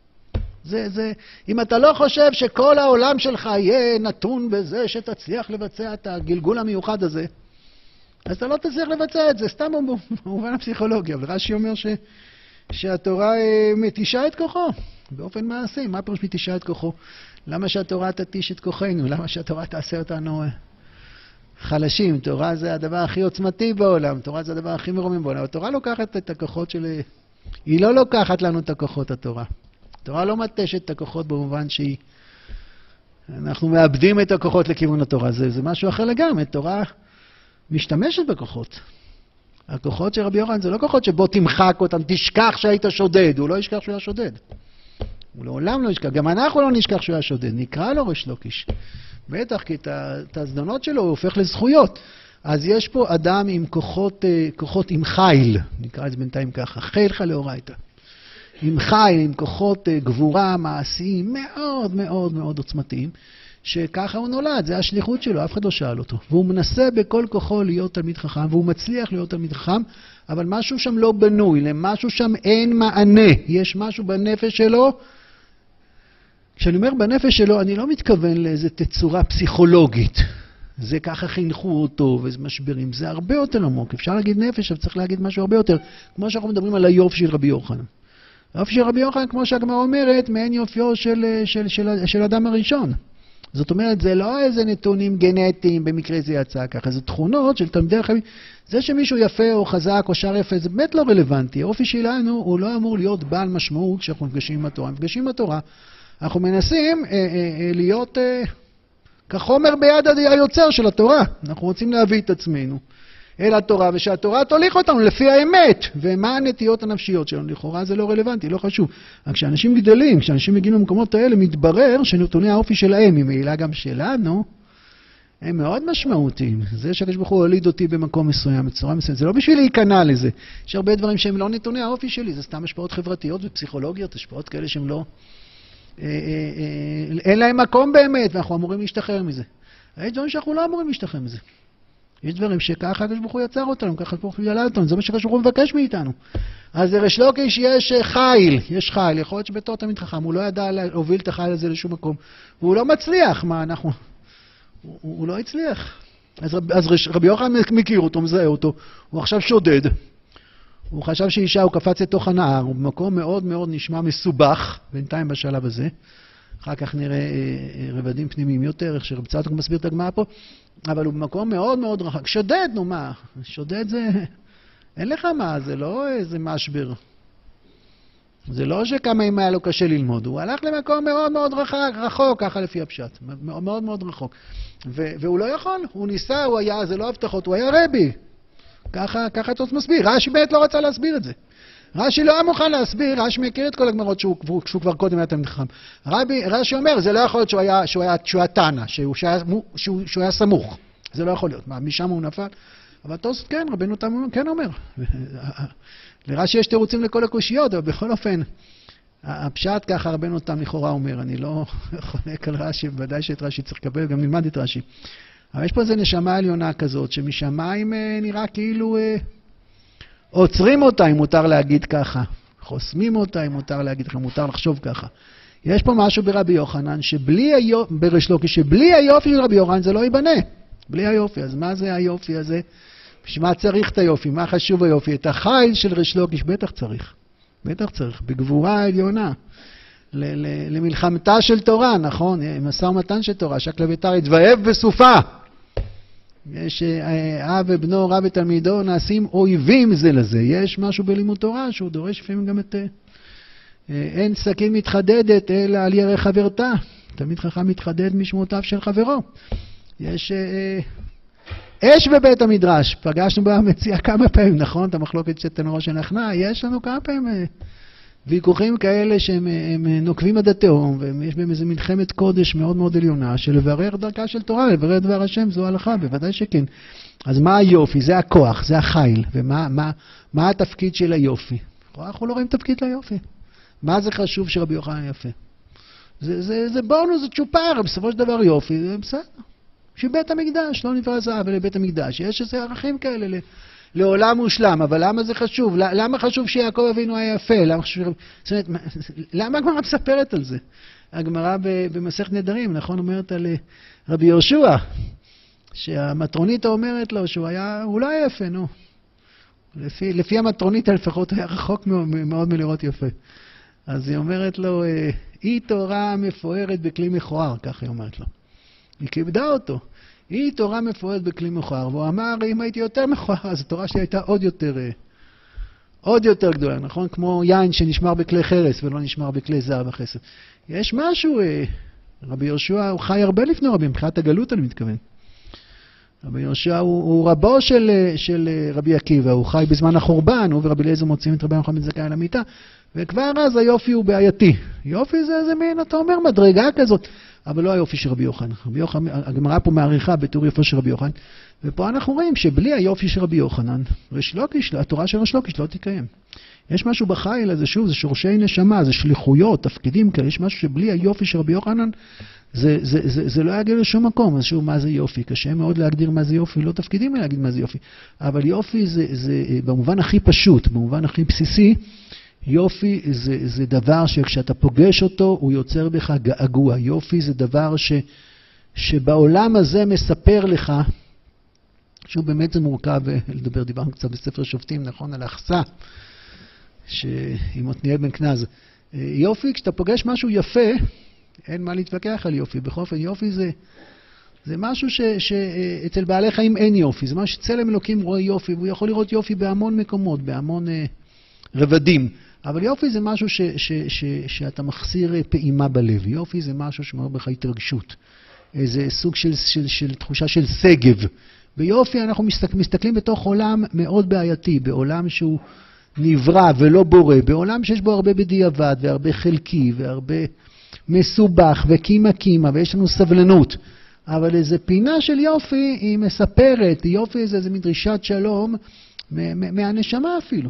אם אתה לא חושב שכל העולם שלך יהיה נתון בזה שתצליח לבצע את הגלגול המיוחד הזה, אז אתה לא תצליח לבצע את זה, סתם במובן הפסיכולוגיה. אבל רש"י אומר שהתורה מתישה את כוחו, באופן מעשי. מה פירוש מתישה את כוחו? למה שהתורה תתיש את כוחנו? למה שהתורה תעשה אותנו חלשים? תורה זה הדבר הכי עוצמתי בעולם, תורה זה הדבר הכי מרומם בעולם. התורה לוקחת את הכוחות של... היא לא לוקחת לנו את הכוחות, התורה. התורה לא מתשת את הכוחות במובן שהיא... אנחנו מאבדים את הכוחות לכיוון התורה. זה משהו אחר לגמרי. התורה משתמשת בכוחות. הכוחות של רבי יוחנן זה לא כוחות שבו תמחק אותם, תשכח שהיית שודד, הוא לא ישכח שהוא היה שודד. הוא לעולם לא ישכח, גם אנחנו לא נשכח שהוא היה שודד, נקרא לו ריש לוקיש. בטח, כי את הזדונות שלו הוא הופך לזכויות. אז יש פה אדם עם כוחות עם חיל, נקרא את זה בינתיים ככה, חילך לאורייתא. עם חיל, עם כוחות גבורה, מעשיים, מאוד מאוד מאוד עוצמתיים, שככה הוא נולד, זה השליחות שלו, אף אחד לא שאל אותו. והוא מנסה בכל כוחו להיות תלמיד חכם, והוא מצליח להיות תלמיד חכם, אבל משהו שם לא בנוי, למשהו שם אין מענה. יש משהו בנפש שלו. כשאני אומר בנפש שלו, אני לא מתכוון לאיזו תצורה פסיכולוגית. זה ככה חינכו אותו, וזה משברים. זה הרבה יותר עמוק. אפשר להגיד נפש, אבל צריך להגיד משהו הרבה יותר. כמו שאנחנו מדברים על היופי של רבי יוחנן. היופי של רבי יוחנן, כמו שהגמרא אומרת, מעין יופיו של אדם הראשון. זאת אומרת, זה לא איזה נתונים גנטיים, במקרה זה יצא ככה, זה תכונות של תלמידי חכמים. זה שמישהו יפה או חזק או שר יפה, זה באמת לא רלוונטי. האופי שלנו הוא לא אמור להיות בעל משמעות כשאנחנו נפגשים עם התורה. נפגשים עם התורה, אנחנו מנסים להיות כחומר ביד היוצר של התורה. אנחנו רוצים להביא את עצמנו אל התורה, ושהתורה תוליך אותנו לפי האמת. ומה הנטיות הנפשיות שלנו? לכאורה זה לא רלוונטי, לא חשוב. אבל כשאנשים גדלים, כשאנשים מגיעים למקומות האלה, מתברר שנתוני האופי שלהם, ממילא גם שלנו, הם מאוד משמעותיים. זה שהקדוש ברוך הוא הוליד אותי במקום מסוים, בצורה מסוימת, זה לא בשביל להיכנע לזה. יש הרבה דברים שהם לא נתוני האופי שלי, זה סתם השפעות חברתיות ופסיכולוגיות, השפעות כאלה שהם לא... אין להם מקום באמת, ואנחנו אמורים להשתחרר מזה. יש דברים שאנחנו לא אמורים להשתחרר מזה. יש דברים שככה הקדוש ברוך הוא יצר אותנו, ככה הקדוש ברוך הוא ילד אותנו, זה מה שהקדוש ברוך הוא מבקש מאיתנו. אז לריש לוקיש יש חיל, יכול להיות שבתור תלמיד חכם, הוא לא ידע להוביל את החיל הזה לשום מקום, והוא לא מצליח, הוא לא הצליח. אז רבי יוחנן מכיר אותו, מזהה אותו, הוא עכשיו שודד, הוא חשב שאישה, הוא קפץ לתוך הנהר, הוא במקום מאוד מאוד נשמע מסובך, בינתיים בשלב הזה, אחר כך נראה רבדים פנימיים יותר, איך שרב צדוק מסביר את הגמרא פה, אבל הוא במקום מאוד מאוד רחק. שודד, נו מה? שודד זה... אין לך מה, זה לא איזה משבר. זה לא שכמה אם היה לו קשה ללמוד, הוא הלך למקום מאוד מאוד רחוק, ככה לפי הפשט, מאוד מאוד רחוק. והוא לא יכול, הוא ניסה, הוא היה, זה לא הבטחות, הוא היה רבי. ככה אתה מסביר, רש"י באמת לא רצה להסביר את זה. רש"י לא היה מוכן להסביר, רש"י מכיר את כל הגמרות שהוא כבר קודם היה תלמיד חכם. רש"י אומר, זה לא יכול להיות שהוא היה תנא, שהוא היה סמוך. זה לא יכול להיות. מה, משם הוא נפל? אבל תוספות כן, רבנו תם כן אומר. לרש"י יש תירוצים לכל הקושיות, אבל בכל אופן, הפשט ככה רבנו תם לכאורה אומר, אני לא חולק על רש"י, ודאי שאת רש"י צריך לקבל, גם נלמד את רש"י. אבל יש פה איזו נשמה עליונה כזאת, שמשמיים נראה כאילו... עוצרים אותה, אם מותר להגיד ככה. חוסמים אותה, אם מותר להגיד ככה, מותר לחשוב ככה. יש פה משהו ברבי יוחנן, בריש לוקיש, שבלי היופי של רבי יוחנן זה לא ייבנה. בלי היופי. אז מה זה היופי הזה? בשביל צריך את היופי? מה חשוב היופי? את החיל של ריש לוקיש בטח צריך. בטח צריך. בגבורה העליונה. למלחמתה של תורה, נכון? משא ומתן של תורה. שקלא וטריא יתבהב בסופה. יש אב ובנו, רב ותלמידו, נעשים אויבים זה לזה. יש משהו בלימוד תורה שהוא דורש לפעמים גם את... אין סכין מתחדדת אלא על ירך חברתה. תלמיד חכם מתחדד משמעותיו של חברו. יש אש בבית המדרש. פגשנו במציאה כמה פעמים, נכון? את המחלוקת שתנורו שנחנה. יש לנו כמה פעמים ויכוחים כאלה שהם נוקבים עד התהום, ויש בהם איזו מלחמת קודש מאוד מאוד עליונה, של לברר דרכה של תורה, לברר דבר השם, זו הלכה, בוודאי שכן. אז מה היופי? זה הכוח, זה החיל. ומה התפקיד של היופי? אנחנו לא רואים תפקיד ליופי. מה זה חשוב שרבי יוחנן יפה? זה בונוס, זה צ'ופר, בסופו של דבר יופי, זה בסדר. שבית המקדש, לא נברא זהב, אלא בית המקדש. יש איזה ערכים כאלה לעולם מושלם, אבל למה זה חשוב? למה חשוב שיעקב אבינו היה יפה? למה הגמרא מספרת על זה? הגמרא במסכת נדרים, נכון, אומרת על רבי יהושע, שהמטרונית אומרת לו הוא לא היה יפה, נו. לפי המטרונית לפחות היה רחוק מאוד מלראות יפה. אז היא אומרת לו, היא תורה מפוארת בכלי מכוער, כך היא אומרת לו. היא כיבדה אותו. היא תורה מפוארת בכלי מכוער, והוא אמר, אם הייתי יותר מכוער, אז התורה שלי הייתה עוד יותר גדולה, נכון? כמו יין שנשמר בכלי חרס ולא נשמר בכלי זהב וחסד. יש משהו, רבי יהושע הוא חי הרבה לפני רבי, מבחינת הגלות אני מתכוון. רבי יהושע הוא רבו של רבי עקיבא, הוא חי בזמן החורבן, הוא ורבי אליעזר מוצאים את רבי יוחנן בן זכאי על המיטה, וכבר אז היופי הוא בעייתי. יופי זה מין, אתה אומר, מדרגה כזאת, אבל לא היופי של רבי יוחנן. הגמרא פה מעריכה בתיאור יפו של רבי יוחנן, ופה אנחנו רואים שבלי היופי של רבי יוחנן, התורה של ריש לקיש לא תקיים. יש משהו בחיל הזה, שוב, זה שורשי נשמה, זה שליחויות, תפקידים כאלה, יש משהו שבלי היופי של רבי יוחנן, זה לא יגיע לשום מקום. אז שוב, מה זה יופי? קשה מאוד להגדיר מה זה יופי, לא תפקידים להגיד מה זה יופי. אבל יופי זה במובן הכי פשוט, במובן הכי בסיסי, יופי זה דבר שכשאתה פוגש אותו, הוא יוצר בך געגוע. יופי זה דבר שבעולם הזה מספר לך, שוב, באמת זה מורכב לדבר, דיברנו קצת בספר שופטים, נכון, על האכסה, עם עתניאל בן כנז. יופי, כשאתה פוגש משהו יפה, אין מה להתווכח על יופי. בכל אופן, יופי זה משהו שאצל בעלי חיים אין יופי. זה משהו שצלם אלוקים רואה יופי, והוא יכול לראות יופי בהמון מקומות, בהמון רבדים. אבל יופי זה משהו שאתה מחסיר פעימה בלב. יופי זה משהו שמראה בך התרגשות. איזה סוג של תחושה של סגב. ביופי אנחנו מסתכלים בתוך עולם מאוד בעייתי, בעולם שהוא נברא ולא בורא, בעולם שיש בו הרבה בדיעבד והרבה חלקי והרבה מסובך וקימה, ויש לנו סבלנות. אבל איזו פינה של יופי היא מספרת, יופי זה מין דרישת שלום מהנשמה אפילו.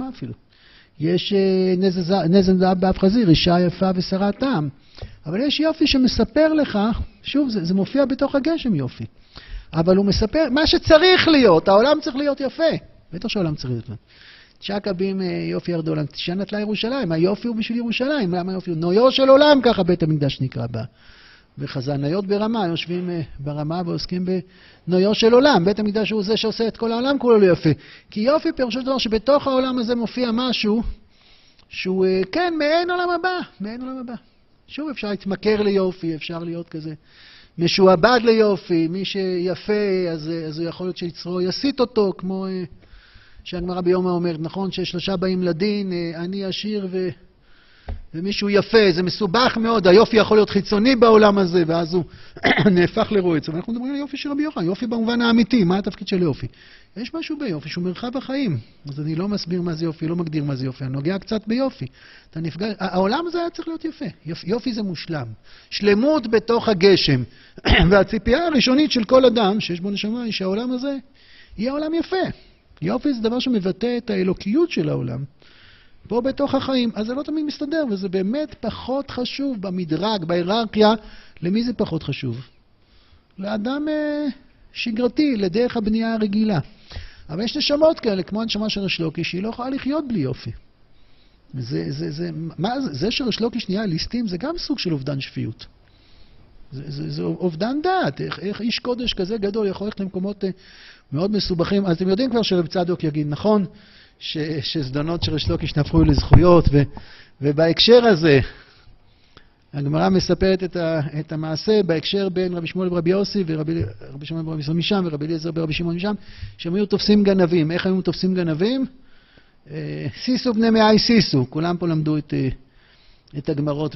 יש נזם זהב באף חזיר, אישה יפה ושרת טעם. אבל יש יופי שמספר לך, שוב, זה מופיע בתוך הגשם יופי. אבל הוא מספר מה שצריך להיות, העולם צריך להיות יפה. בטח שהעולם צריך להיות יפה. תשעה קבים יופי ירד העולם, תשעה נטלה ירושלים, היופי הוא בשביל ירושלים. למה יופי? נויו של עולם, ככה בית המקדש נקרא בה. וחזניות ברמה, יושבים ברמה ועוסקים בנויו של עולם. בית המקדש הוא זה שעושה את כל העולם כולו יפה. כי יופי פירושו דבר שבתוך העולם הזה מופיע משהו שהוא, כן, מעין עולם הבא. שוב, אפשר להתמכר ליופי, אפשר להיות כזה משועבד ליופי. מי שיפה, אז הוא יכול להיות שיצרו יסית אותו, כמו שהגמרא ביומא אומרת, נכון, ששלושה באים לדין, אני עשיר ומישהו יפה, זה מסובך מאוד, היופי יכול להיות חיצוני בעולם הזה, ואז הוא נהפך לרועץ. אבל אנחנו מדברים על יופי של רבי יוחנן, יופי במובן האמיתי. מה התפקיד של יופי? יש משהו ביופי שהוא מרחב החיים. אז אני לא מסביר מה זה יופי, לא מגדיר מה זה יופי, אני נוגע קצת ביופי. העולם הזה היה צריך להיות יפה. יופי זה מושלם. שלמות בתוך הגשם. והציפייה הראשונית של כל אדם, שיש בו נשמה, היא שהעולם הזה יהיה עולם יפה. יופי זה דבר שמבטא את האלוקיות של העולם. פה בתוך החיים, אז זה לא תמיד מסתדר, וזה באמת פחות חשוב במדרג, בהיררכיה. למי זה פחות חשוב? לאדם שגרתי, לדרך הבנייה הרגילה. אבל יש נשמות כאלה, כמו הנשמה של ריש לקיש, שהיא לא יכולה לחיות בלי יופי. זה שריש לקיש נהיה ליסטים, זה גם סוג של אובדן שפיות. זה אובדן דעת. איך איש קודש כזה גדול יכול ללכת למקומות מאוד מסובכים? אז אתם יודעים כבר שרב צדוק יגיד, נכון? שזדונות של ריש לקיש נהפכו לזכויות, ובהקשר הזה, הגמרא מספרת את המעשה בהקשר בין רבי שמואל ורבי יוסי, ורבי שמואל ורבי יוסי משם, ורבי אליעזר ורבי שמעון משם, שהם היו תופסים גנבים. איך היו תופסים גנבים? סיסו בני מאי סיסו. כולם פה למדו את הגמרות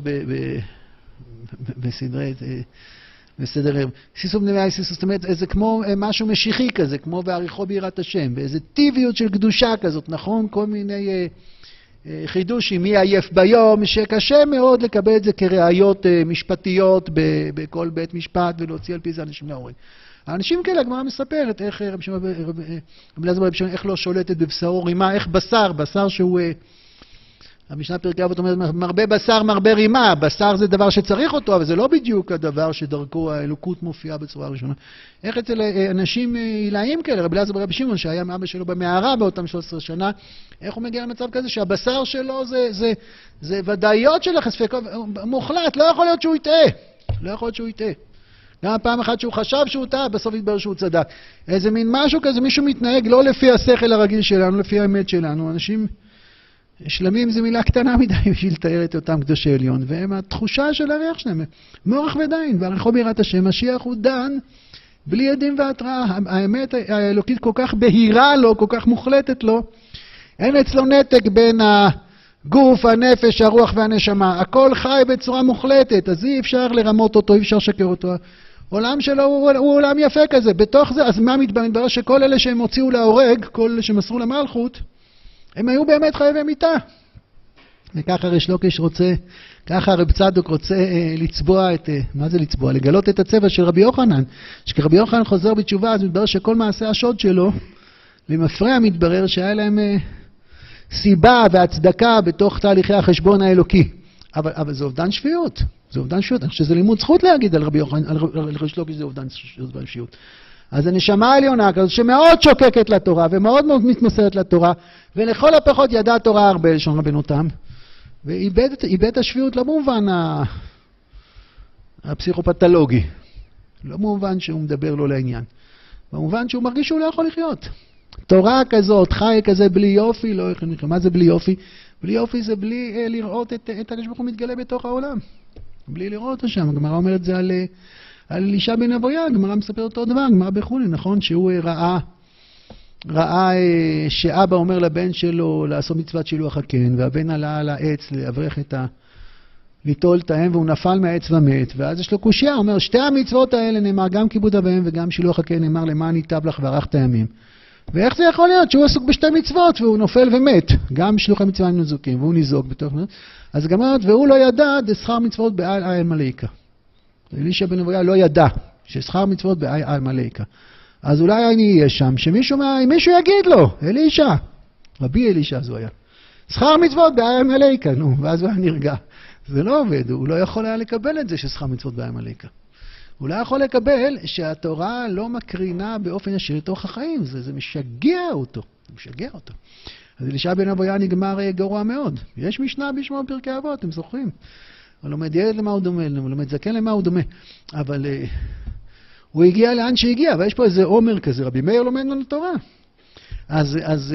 בסדר ערב. סיסו בני מאי סיסו, זאת אומרת, זה כמו משהו משיחי כזה, כמו בעריכו ביראת השם, ואיזו טיביות של קדושה כזאת, נכון? כל מיני חידושים, מי עייף ביום, שקשה מאוד לקבל את זה כראיות משפטיות בכל בית משפט, ולהוציא על פי זה אנשים להורג. האנשים כאלה, הגמרא מספרת איך רבי אליעזר ברבי שמעון, איך לא שולטת בבשרו רימה, איך בשר שהוא, המשנה פרקי אבות אומרת, מרבה בשר מרבה רימה. בשר זה דבר שצריך אותו, אבל זה לא בדיוק הדבר שדרכו האלוקות מופיעה בצורה ראשונה. איך אצל אנשים עילאיים כאלה, רבי אליעזר ברבי שמעון, שהיה מאבא שלו במערה באותם 13 שנה, איך הוא מגיע למצב כזה שהבשר שלו זה ודאיות של החספק, מוחלט, לא יכול להיות שהוא יטעה. גם פעם אחת שהוא חשב שהוא טעה, בסוף יתברר שהוא צדק. איזה מין משהו כזה, מישהו מתנהג לא לפי השכל הרגיל שלנו, לפי האמת שלנו. אנשים שלמים זה מילה קטנה מדי בשביל לתאר את אותם קדושי עליון, והם התחושה של הריח שלהם, מורך ודין, ועריכו ביראת השם, משיח הוא דן, בלי עדים והתראה. האמת האלוקית כל כך בהירה לו, כל כך מוחלטת לו, אין אצלו נתק בין הגוף, הנפש, הרוח והנשמה, הכל חי בצורה מוחלטת, אז אי אפשר לרמות אותו, אי אפשר לשקר אותו. עולם שלו הוא עולם יפה כזה. בתוך זה, אז מה מתברר? שכל אלה שהם הוציאו להורג, כל אלה שמסרו למלכות, הם היו באמת חייבי מיתה. וככה ריש לוקיש רוצה, ככה רב צדוק רוצה לצבוע את, מה זה לצבוע? לגלות את הצבע של רבי יוחנן. שכרבי יוחנן חוזר בתשובה, אז מתברר שכל מעשה השוד שלו, למפרע מתברר שהיה להם סיבה והצדקה בתוך תהליכי החשבון האלוקי. אבל זה אובדן שפיות. זה אובדן שפיות. אני חושב שזה לימוד זכות להגיד על רבי יוחנן, על ריש לוקיש זה אובדן שפיות. אז הנשמה העליונה כזאת שמאוד שוקקת לתורה ומאוד מאוד מתמסרת לתורה, ולכל הפחות ידע תורה הרבה לשון רבנו תם, ואיבד את השפיות לא במובן הפסיכופתולוגי, לא במובן שהוא מדבר לא לעניין, במובן שהוא מרגיש שהוא לא יכול לחיות. תורה כזאת, חי כזה בלי יופי, לא יכול לחיות. מה זה בלי יופי? בלי יופי זה בלי לראות את הקדוש ברוך הוא מתגלה בתוך העולם. בלי לראות אותו שם. הגמרא אומרת זה על אלישע בן אבויה, הגמרא מספר אותו דבר, הגמרא בחולין, נכון? שהוא ראה שאבא אומר לבן שלו לעשות מצוות שילוח הקן, והבן עלה על העץ לאברך ליטול את האם, והוא נפל מהעץ ומת, ואז יש לו קושיה, אומר, שתי המצוות האלה נאמר, גם כיבוד אב ואם וגם שילוח הקן נאמר, למען ייטב לך וארך הימים. ואיך זה יכול להיות שהוא עסוק בשתי מצוות והוא נופל ומת? גם שלוח המצווה עם נזוקים, והוא ניזוק בתוך... אז גם אומרת, והוא לא ידע דשכר מצוות בעל עמלקה. אלישע בן אבויה לא ידע ששכר מצוות בעל עמלקה. אז אולי אני אהיה שם, שמישהו יגיד לו, אלישע, רבי אלישע זו היה. שכר מצוות בעל עמלקה, נו, ואז הוא היה נרגע. זה לא עובד, הוא לא יכול היה לקבל את זה ששכר מצוות בעל עמלקה. הוא לא יכול לקבל שהתורה לא מקרינה באופן ישיר לתוך החיים, זה משגע אותו, זה משגע אותו. אז אלישע בן אבויה נגמר גרוע מאוד. יש משנה בשמו פרקי אבות, אתם זוכרים? הוא לומד ילד למה הוא דומה, הוא לומד זקן למה הוא דומה. אבל הוא הגיע לאן שהגיע, ויש פה איזה עומר כזה, רבי מאיר לומד לנו תורה. אז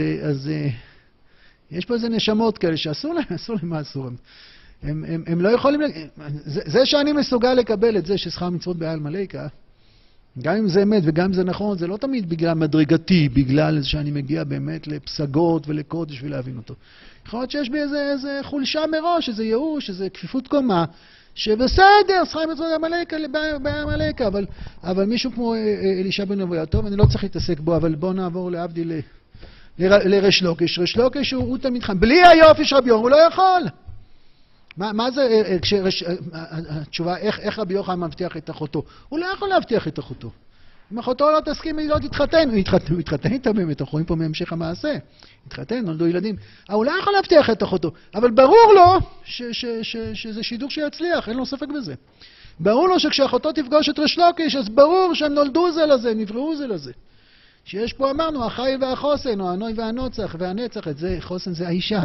יש פה איזה נשמות כאלה שאסור להם מה אסור להם. הם לא יכולים, זה שאני מסוגל לקבל את זה ששכר מצוות בעל מלאקה, גם אם זה אמת וגם אם זה נכון, זה לא תמיד בגלל מדרגתי, בגלל שאני מגיע באמת לפסגות ולקודש ולהבין אותו. יכול להיות שיש בי איזה חולשה מראש, איזה ייאוש, איזה כפיפות קומה, שבסדר, שכר מצוות בעל מלאקה, אבל מישהו כמו אלישע בן אבויה, טוב, אני לא צריך להתעסק בו, אבל בואו נעבור להבדיל לריש לוקיש. ריש לוקיש הוא תמיד חם, בלי היופי של רבי יוחנן, הוא לא יכול. מה זה, התשובה, איך רבי יוחנן מבטיח את אחותו? הוא לא יכול להבטיח את אחותו. אם אחותו לא תסכים, היא לא תתחתן. הוא יתחתן איתה באמת, אנחנו רואים פה מהמשך המעשה. התחתן, נולדו ילדים. הוא לא יכול להבטיח את אחותו. אבל ברור לו שזה שידוך שיצליח, אין לו ספק בזה. ברור לו שכשאחותו תפגוש את ריש לוקיש, אז ברור שהם נולדו זה לזה, נבראו זה לזה. שיש פה אמרנו, החיל והחוסן, או הנוי והנוצח והנצח, את זה, חוסן זה האישה,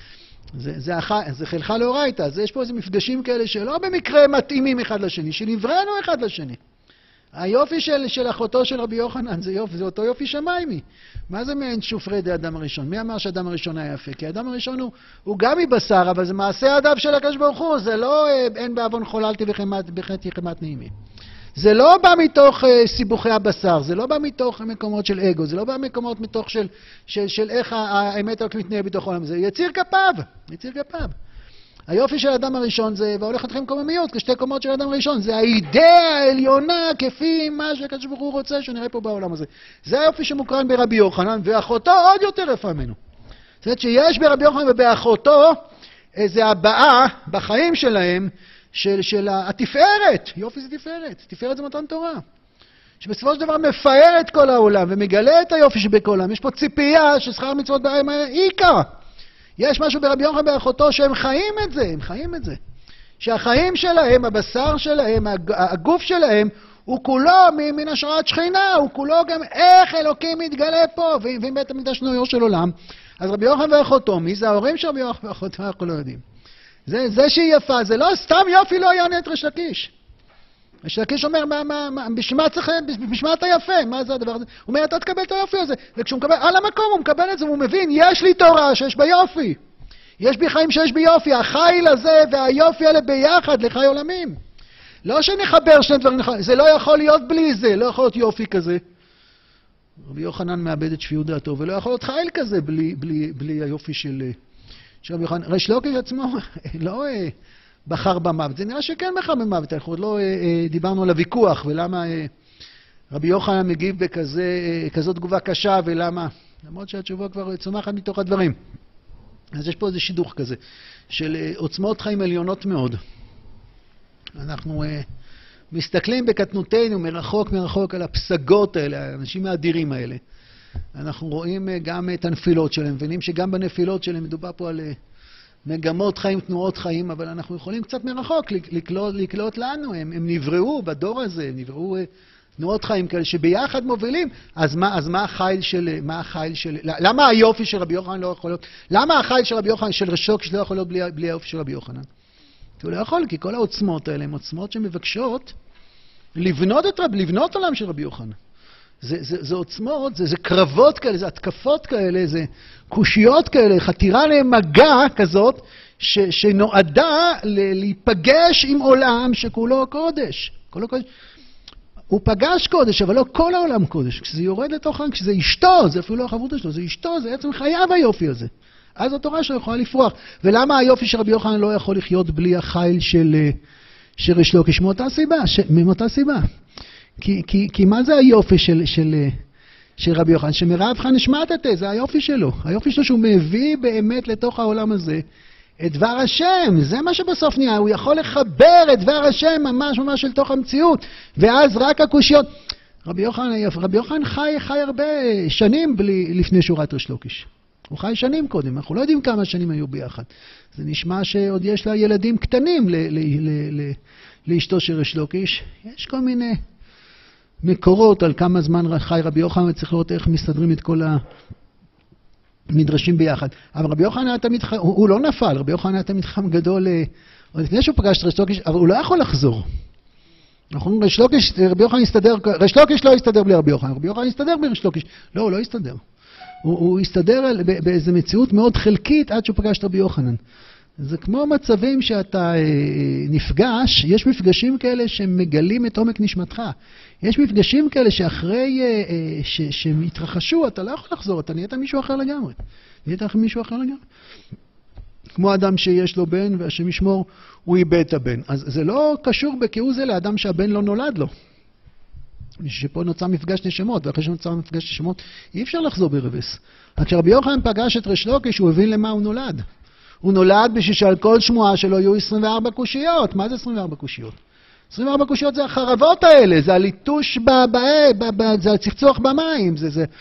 זה חלחה לאורייתא. אז יש פה איזה מפגשים כאלה שלא במקרה מתאימים אחד לשני, שנבראנו אחד לשני. היופי של אחותו של רבי יוחנן זה אותו יופי שמיימי. מה זה מעין שופרי די אדם הראשון? מי אמר שאדם הראשון היה יפה? כי האדם הראשון הוא גם מבשר, אבל זה מעשה ידיו של הקדוש ברוך הוא, זה לא אין בעוון חוללתי בחטא חמת נעימי. זה לא בא מתוך סיבוכי הבשר, זה לא בא מתוך מקומות של אגו, זה לא בא מקומות מתוך של איך האמת רק מתנהל בתוך העולם, זה יציר כפיו, יציר כפיו. היופי של האדם הראשון זה, והולך אתכם קוממיות, כשתי קומות של האדם הראשון, זה האידאה העליונה כפי מה שהקדוש ברוך הוא רוצה שנראה פה בעולם הזה. זה היופי שמוקרן ברבי יוחנן, ואחותו עוד יותר יפה ממנו. זאת אומרת שיש ברבי יוחנן ובאחותו איזו הבעה בחיים שלהם, של התפארת. יופי זה תפארת. תפארת זה מתן תורה. שבסופו של דבר מפאר את כל העולם ומגלה את היופי שבכל העולם. יש פה ציפייה ששכר מצוות בעם איקה. יש משהו ברבי יוחנן באחותו שהם חיים את זה, הם חיים את זה. שהחיים שלהם, הבשר שלהם, הגוף שלהם, הוא כולו מן השראת שכינה, הוא כולו גם איך אלוקים מתגלה פה, ואם בית המקדש נויור של עולם. אז רבי יוחנן ואחותו, מי זה ההורים של רבי יוחנן ואחותו, אנחנו לא יודעים. זה שהיא יפה, זה לא סתם יופי לא יענה את ריש לקיש. ריש לקיש אומר, בשמה אתה יפה, מה זה הדבר הזה? הוא אומר, אתה תקבל את היופי הזה. וכשהוא מקבל, על המקום הוא מקבל את זה, והוא מבין, יש לי תורה שיש בה יופי. יש בי חיים שיש בי יופי, החיל הזה והיופי האלה ביחד לחי עולמים. לא שנחבר שני דברים, זה לא יכול להיות בלי זה, לא יכול להיות יופי כזה. רבי יוחנן מאבד את שפיות דעתו, ולא יכול להיות חיל כזה בלי היופי של רבי יוחנן. ריש לוקיש עצמו, לא בחר במוות. זה נראה שכן בחר במוות, אנחנו עוד לא דיברנו על הוויכוח, ולמה רבי יוחנן מגיב בכזאת תגובה קשה, ולמה, למרות שהתשובה כבר צומחת מתוך הדברים. אז יש פה איזה שידוך כזה, של עוצמות חיים עליונות מאוד. אנחנו מסתכלים בקטנותנו מרחוק על הפסגות האלה, האנשים האדירים האלה. אנחנו רואים גם את הנפילות שלהם, מבינים שגם בנפילות שלהם מדובר פה על מגמות חיים, תנועות חיים, אבל אנחנו יכולים קצת מרחוק לקלוט לנו, הם נבראו בדור הזה, נבראו תנועות חיים כאלה שביחד מובילים, אז מה החיל של, למה היופי של רבי יוחנן לא יכול להיות, למה החיל של רבי יוחנן, של ריש לקיש לא יכול להיות בלי היופי של רבי יוחנן? הוא לא יכול, כי כל העוצמות האלה הן עוצמות שמבקשות לבנות עולם של רבי יוחנן. זה עוצמות, זה קרבות כאלה, זה התקפות כאלה, זה קושיות כאלה, חתירה למגע כזאת, שנועדה להיפגש עם עולם שכולו קודש. הוא פגש קודש, אבל לא כל העולם קודש. כשזה יורד לתוכן, כשזה אשתו, זה אפילו לא החברותא שלו, זה אשתו, זה עצם חייו היופי הזה. אז התורה שלו יכולה לפרוח. ולמה היופי של רבי יוחנן לא יכול לחיות בלי החיל של ריש לקיש? מאותה סיבה. כי מה זה היופי של רבי יוחנן? שמרעבך נשמטת, זה היופי שלו. היופי שלו שהוא מביא באמת לתוך העולם הזה את דבר השם. זה מה שבסוף נהיה. הוא יכול לחבר את דבר השם ממש של תוך המציאות. ואז רק הקושיות. רבי יוחנן חי הרבה שנים לפני שורת ריש לקיש. הוא חי שנים קודם. אנחנו לא יודעים כמה שנים היו ביחד. זה נשמע שעוד יש לה ילדים קטנים לאשתו של ריש לקיש. יש כל מיני מקורות על כמה זמן חי רבי יוחנן, וצריך לראות איך מסתדרים את כל המדרשים ביחד. אבל רבי יוחנן היה תמיד, הוא לא נפל, רבי יוחנן היה תמיד חם גדול, עוד לפני שהוא פגש את ריש לקיש, אבל הוא לא יכול לחזור. אנחנו אומרים, ריש לקיש, רבי יוחנן יסתדר, ריש לקיש לא יסתדר בלי רבי יוחנן, רבי יוחנן יסתדר בלי ריש לקיש. לא, הוא לא יסתדר. הוא יסתדר באיזו מציאות מאוד חלקית עד שהוא פגש את רבי יוחנן. זה כמו מצבים שאתה נפגש, יש מפגשים כאלה שמגלים את עומק נשמתך. יש מפגשים כאלה שאחרי שמתרחשו, אתה לא יכול לחזור, אתה נהיית מישהו אחר לגמרי. כמו אדם שיש לו בן, והשם ישמור, הוא איבד את הבן. אז זה לא קשור בכהוא זה לאדם שהבן לא נולד לו. שפה נוצר מפגש נשמות, ואחרי שנוצר מפגש נשמות, אי אפשר לחזור ברבס. רק כשרבי יוחנן פגש את ריש לקיש, הוא הבין למה הוא נולד. הוא נולד בשביל שעל כל שמועה שלו יהיו 24 קושיות. מה זה 24 קושיות? 24 קושיות זה החרבות האלה, זה הליטוש זה הצחצוח במים,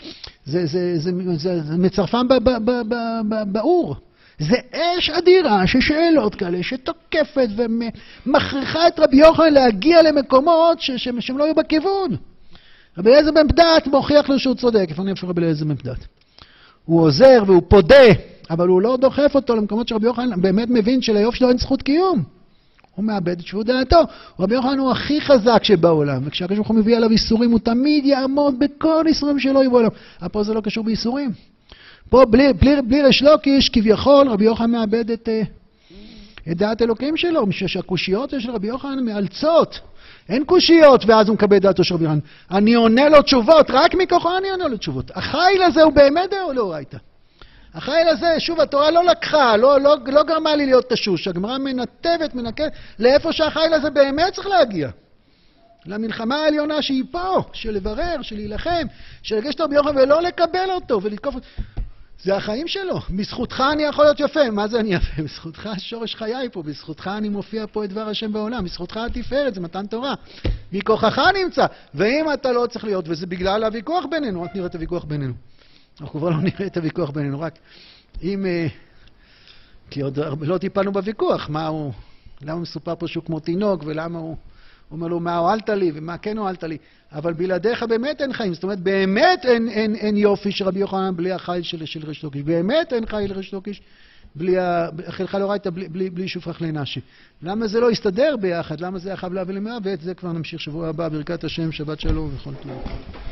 זה מצרפם באור. זה אש אדירה ששאלות כאלה, שתוקפת ומכריחה את רבי יוחנן להגיע למקומות שהם לא יהיו בכיוון. רבי אליעזר בן פדת מוכיח לו שהוא צודק, איפה רבי אליעזר בן פדת? הוא עוזר והוא פודה, אבל הוא לא דוחף אותו למקומות שרבי יוחנן באמת מבין שליופי שלו אין זכות קיום. הוא מאבד את שפיות דעתו. רבי יוחנן הוא הכי חזק שבעולם, וכשהקדוש ברוך הוא מביא עליו איסורים, הוא תמיד יעמוד בכל איסורים שלו יבוא עליו. פה זה לא קשור באיסורים. פה בלי ריש לקיש, כביכול, רבי יוחנן מאבד את דעת אלוקים שלו, משום שהקושיות של רבי יוחנן מאלצות. אין קושיות, ואז הוא מקבל דעתו של רבי יוחנן. אני עונה לו תשובות, רק מכוחו אני עונה לו תשובות. החיל הזה הוא באמת לא ראית. החיל הזה, שוב, התורה לא לקחה, לא גרמה לי להיות תשוש. הגמרא מנתבת, מנקדת, לאיפה שהחיל הזה באמת צריך להגיע. למלחמה העליונה שהיא פה, של לברר, של להילחם, של לגשת את רבי יוחנן ולא לקבל אותו ולתקוף אותו. זה החיים שלו. בזכותך אני יכול להיות יפה. מה זה אני יפה? בזכותך שורש חיי פה. בזכותך אני מופיע פה את דבר השם בעולם. בזכותך התפארת, זה מתן תורה. מכוחך נמצא. ואם אתה לא צריך להיות, וזה בגלל הוויכוח בינינו, רק נראה את הוויכוח בינינו. אנחנו כבר לא נראה את הוויכוח בינינו, רק אם... כי עוד לא טיפלנו בוויכוח. למה מסופר פה שהוא כמו תינוק, ולמה הוא אומר לו, מה הועלת לי, ומה כן הועלת לי. אבל בלעדיך באמת אין חיים. זאת אומרת, באמת אין יופי של רבי יוחנן בלי החיל של ריש לקיש. באמת אין חיל ריש לקיש חילך לא ראית בלי שופך לנשי. למה זה לא יסתדר ביחד? למה זה יחב להביא למאה? ואת זה כבר נמשיך שבוע הבא. ברכת השם, שבת שלום וכל טוב.